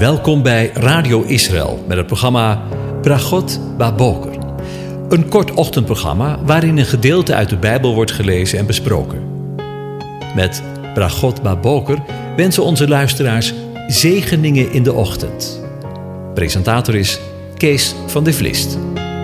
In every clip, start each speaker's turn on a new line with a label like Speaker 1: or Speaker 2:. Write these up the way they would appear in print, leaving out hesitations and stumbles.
Speaker 1: Welkom bij Radio Israël met het programma Bragot Baboker. Een kort ochtendprogramma waarin een gedeelte uit de Bijbel wordt gelezen en besproken. Met Bragot Baboker wensen onze luisteraars zegeningen in de ochtend. Presentator is Kees van de Vlist.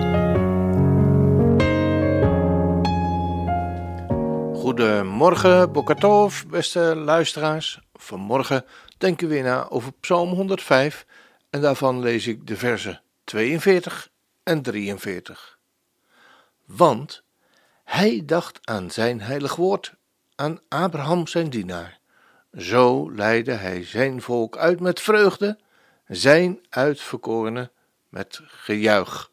Speaker 2: Goedemorgen, Boker Tov, beste luisteraars. Vanmorgen denken we weer na over Psalm 105 en daarvan lees ik de versen 42 en 43. Want hij dacht aan zijn heilig woord, aan Abraham zijn dienaar. Zo leidde hij zijn volk uit met vreugde, zijn uitverkorenen met gejuich.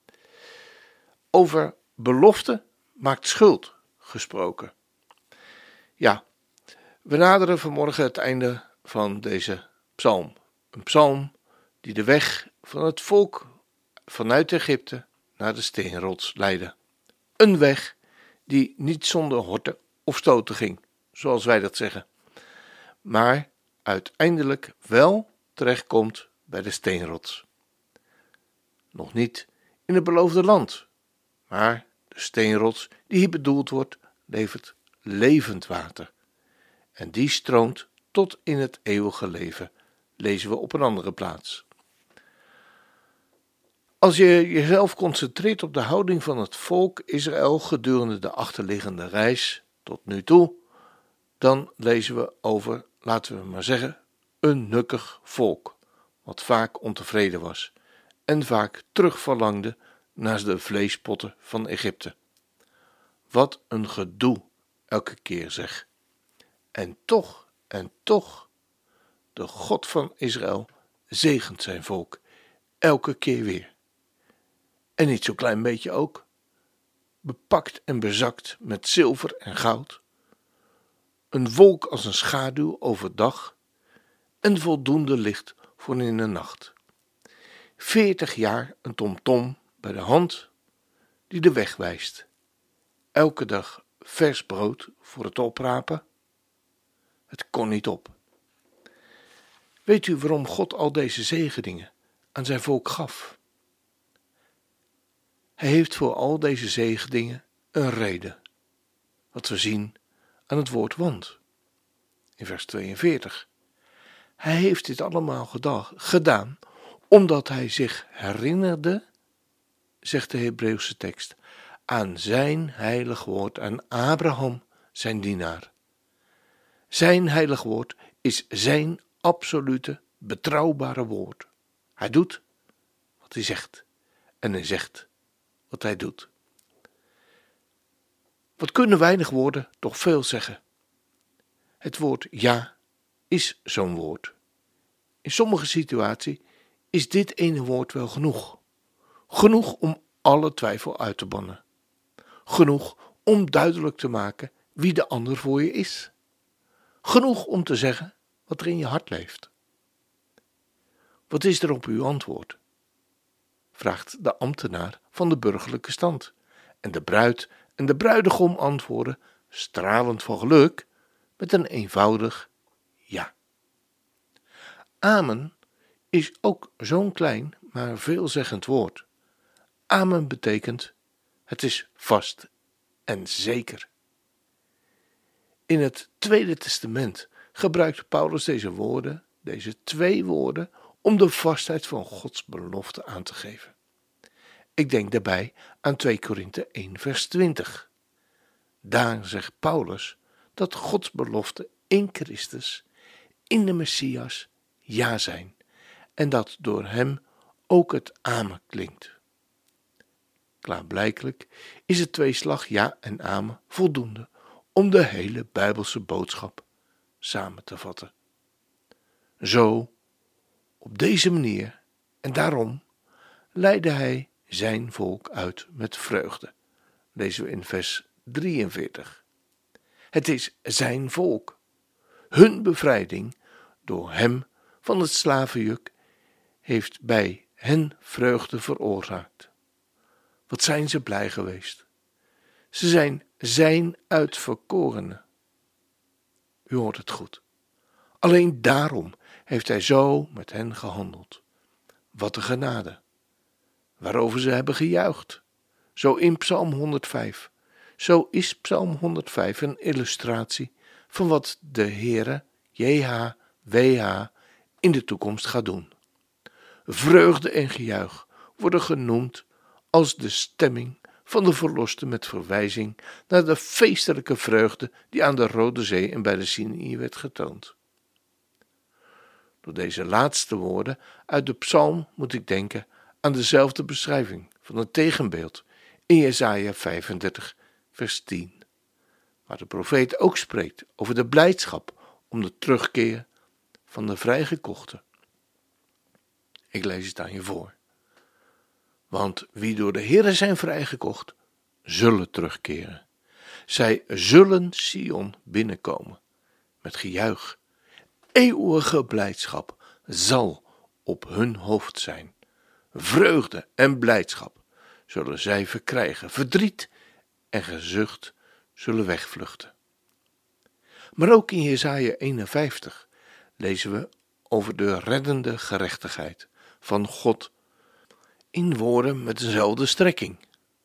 Speaker 2: Over belofte maakt schuld gesproken. Ja, we naderen vanmorgen het einde van deze psalm. Een psalm die de weg van het volk vanuit Egypte naar de steenrots leidde. Een weg die niet zonder horten of stoten ging, zoals wij dat zeggen, maar uiteindelijk wel terechtkomt bij de steenrots. Nog niet in het beloofde land, maar de steenrots die hier bedoeld wordt, levert levend water. En die stroomt tot in het eeuwige leven, lezen we op een andere plaats. Als je jezelf concentreert op de houding van het volk Israël gedurende de achterliggende reis tot nu toe, dan lezen we over, laten we maar zeggen, een nukkig volk, wat vaak ontevreden was en vaak terugverlangde naar de vleespotten van Egypte. Wat een gedoe elke keer zeg. En toch, de God van Israël zegent zijn volk elke keer weer. En niet zo'n klein beetje ook, bepakt en bezakt met zilver en goud, een wolk als een schaduw overdag en voldoende licht voor in de nacht. 40 jaar een tomtom bij de hand die de weg wijst. Elke dag vers brood voor het oprapen. Het kon niet op. Weet u waarom God al deze zegeningen aan zijn volk gaf? Hij heeft voor al deze zegeningen een reden. Wat we zien aan het woord want. In vers 42. Hij heeft dit allemaal gedaan omdat hij zich herinnerde, zegt de Hebreeuwse tekst, aan zijn heilig woord, aan Abraham zijn dienaar. Zijn heilig woord is zijn absolute, betrouwbare woord. Hij doet wat hij zegt en hij zegt wat hij doet. Wat kunnen weinig woorden toch veel zeggen? Het woord ja is zo'n woord. In sommige situaties is dit ene woord wel genoeg. Genoeg om alle twijfel uit te bannen. Genoeg om duidelijk te maken wie de ander voor je is. Genoeg om te zeggen wat er in je hart leeft. Wat is er op uw antwoord? Vraagt de ambtenaar van de burgerlijke stand. En de bruid en de bruidegom antwoorden, stralend van geluk, met een eenvoudig ja. Amen is ook zo'n klein, maar veelzeggend woord. Amen betekent, het is vast en zeker. In het Tweede Testament gebruikt Paulus deze twee woorden, om de vastheid van Gods belofte aan te geven. Ik denk daarbij aan 2 Korinthe 1 vers 20. Daar zegt Paulus dat Gods beloften in Christus, in de Messias, ja zijn. En dat door hem ook het amen klinkt. Klaarblijkelijk is het tweeslag ja en amen voldoende om de hele Bijbelse boodschap samen te vatten. Zo, op deze manier, en daarom leidde hij zijn volk uit met vreugde. Lezen we in vers 43. Het is zijn volk. Hun bevrijding door hem van het slavenjuk heeft bij hen vreugde veroorzaakt. Wat zijn ze blij geweest. Ze zijn uitverkorenen. U hoort het goed. Alleen daarom heeft hij zo met hen gehandeld. Wat een genade, waarover ze hebben gejuicht. Zo in Psalm 105. Zo is Psalm 105 een illustratie van wat de Heere, JHWH, in de toekomst gaat doen. Vreugde en gejuich worden genoemd als de stemming van de verlosten met verwijzing naar de feestelijke vreugde die aan de Rode Zee en bij de Sinaï werd getoond. Door deze laatste woorden uit de psalm moet ik denken aan dezelfde beschrijving van een tegenbeeld in Jesaja 35 vers 10, waar de profeet ook spreekt over de blijdschap om de terugkeer van de vrijgekochten. Ik lees het aan je voor. Want wie door de Heere zijn vrijgekocht, zullen terugkeren. Zij zullen Sion binnenkomen met gejuich. Eeuwige blijdschap zal op hun hoofd zijn. Vreugde en blijdschap zullen zij verkrijgen. Verdriet en gezucht zullen wegvluchten. Maar ook in Jesaja 51 lezen we over de reddende gerechtigheid van God in woorden met dezelfde strekking.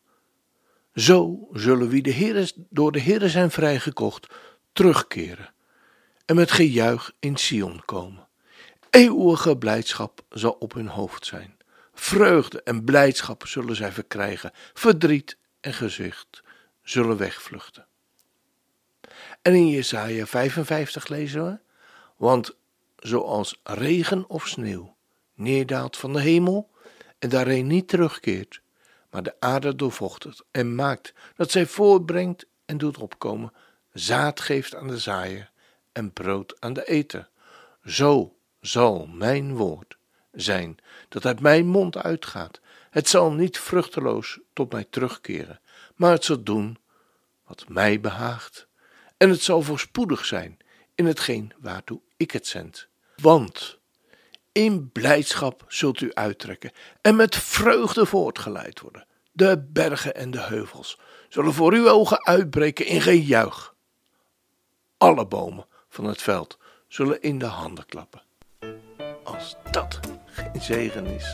Speaker 2: Zo zullen wie door de Heere zijn vrijgekocht terugkeren en met gejuich in Sion komen. Eeuwige blijdschap zal op hun hoofd zijn. Vreugde en blijdschap zullen zij verkrijgen. Verdriet en gezucht zullen wegvluchten. En in Jesaja 55 lezen we: want zoals regen of sneeuw neerdaalt van de hemel en daarheen niet terugkeert, maar de aarde doorvochtigt en maakt dat zij voortbrengt en doet opkomen, zaad geeft aan de zaaier en brood aan de eter. Zo zal mijn woord zijn dat uit mijn mond uitgaat. Het zal niet vruchteloos tot mij terugkeren, maar het zal doen wat mij behaagt. En het zal voorspoedig zijn in hetgeen waartoe ik het zend. Want in blijdschap zult u uittrekken en met vreugde voortgeleid worden. De bergen en de heuvels zullen voor uw ogen uitbreken in gejuich. Alle bomen van het veld zullen in de handen klappen. Als dat geen zegen is.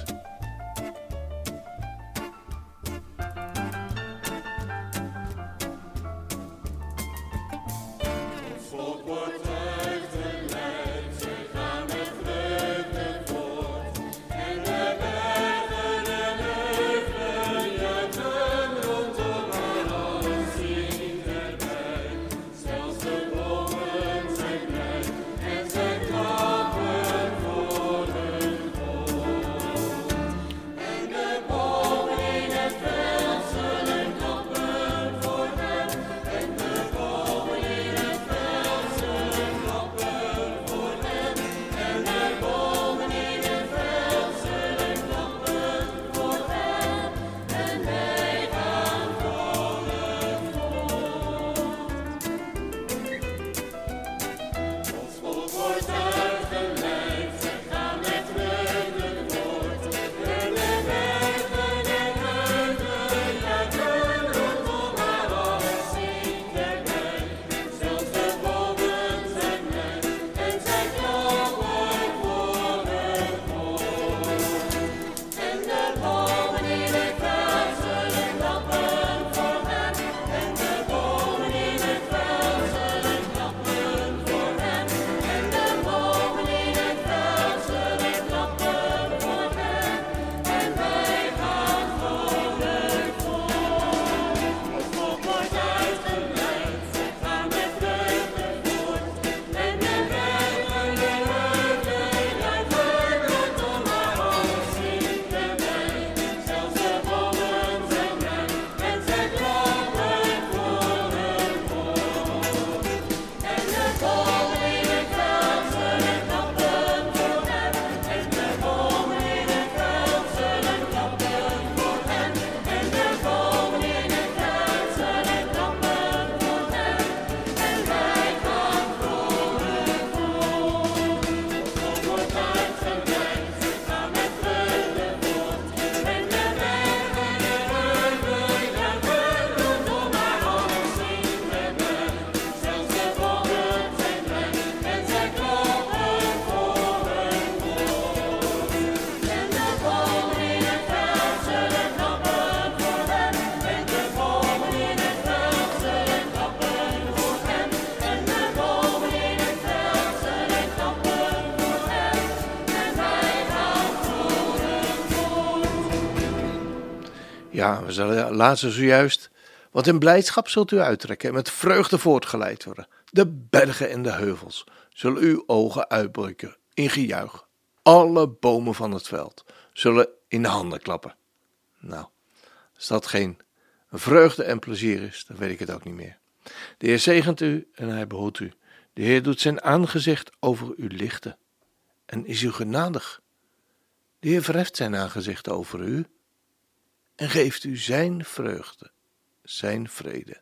Speaker 2: Ja, we lazen zojuist. Want in blijdschap zult u uittrekken en met vreugde voortgeleid worden. De bergen en de heuvels zullen uw ogen uitbreken in gejuich. Alle bomen van het veld zullen in de handen klappen. Nou, als dat geen vreugde en plezier is, dan weet ik het ook niet meer. De Heer zegent u en hij behoedt u. De Heer doet zijn aangezicht over u lichten en is u genadig. De Heer verheft zijn aangezicht over u en geeft u zijn vreugde, zijn vrede,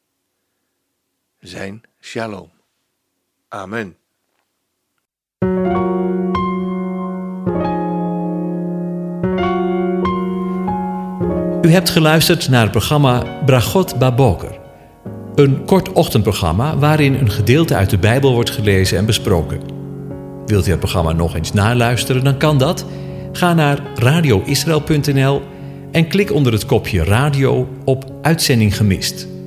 Speaker 2: zijn shalom. Amen.
Speaker 1: U hebt geluisterd naar het programma Bragot Baboker. Een kort ochtendprogramma waarin een gedeelte uit de Bijbel wordt gelezen en besproken. Wilt u het programma nog eens naluisteren, dan kan dat. Ga naar radioisrael.nl en klik onder het kopje radio op Uitzending gemist.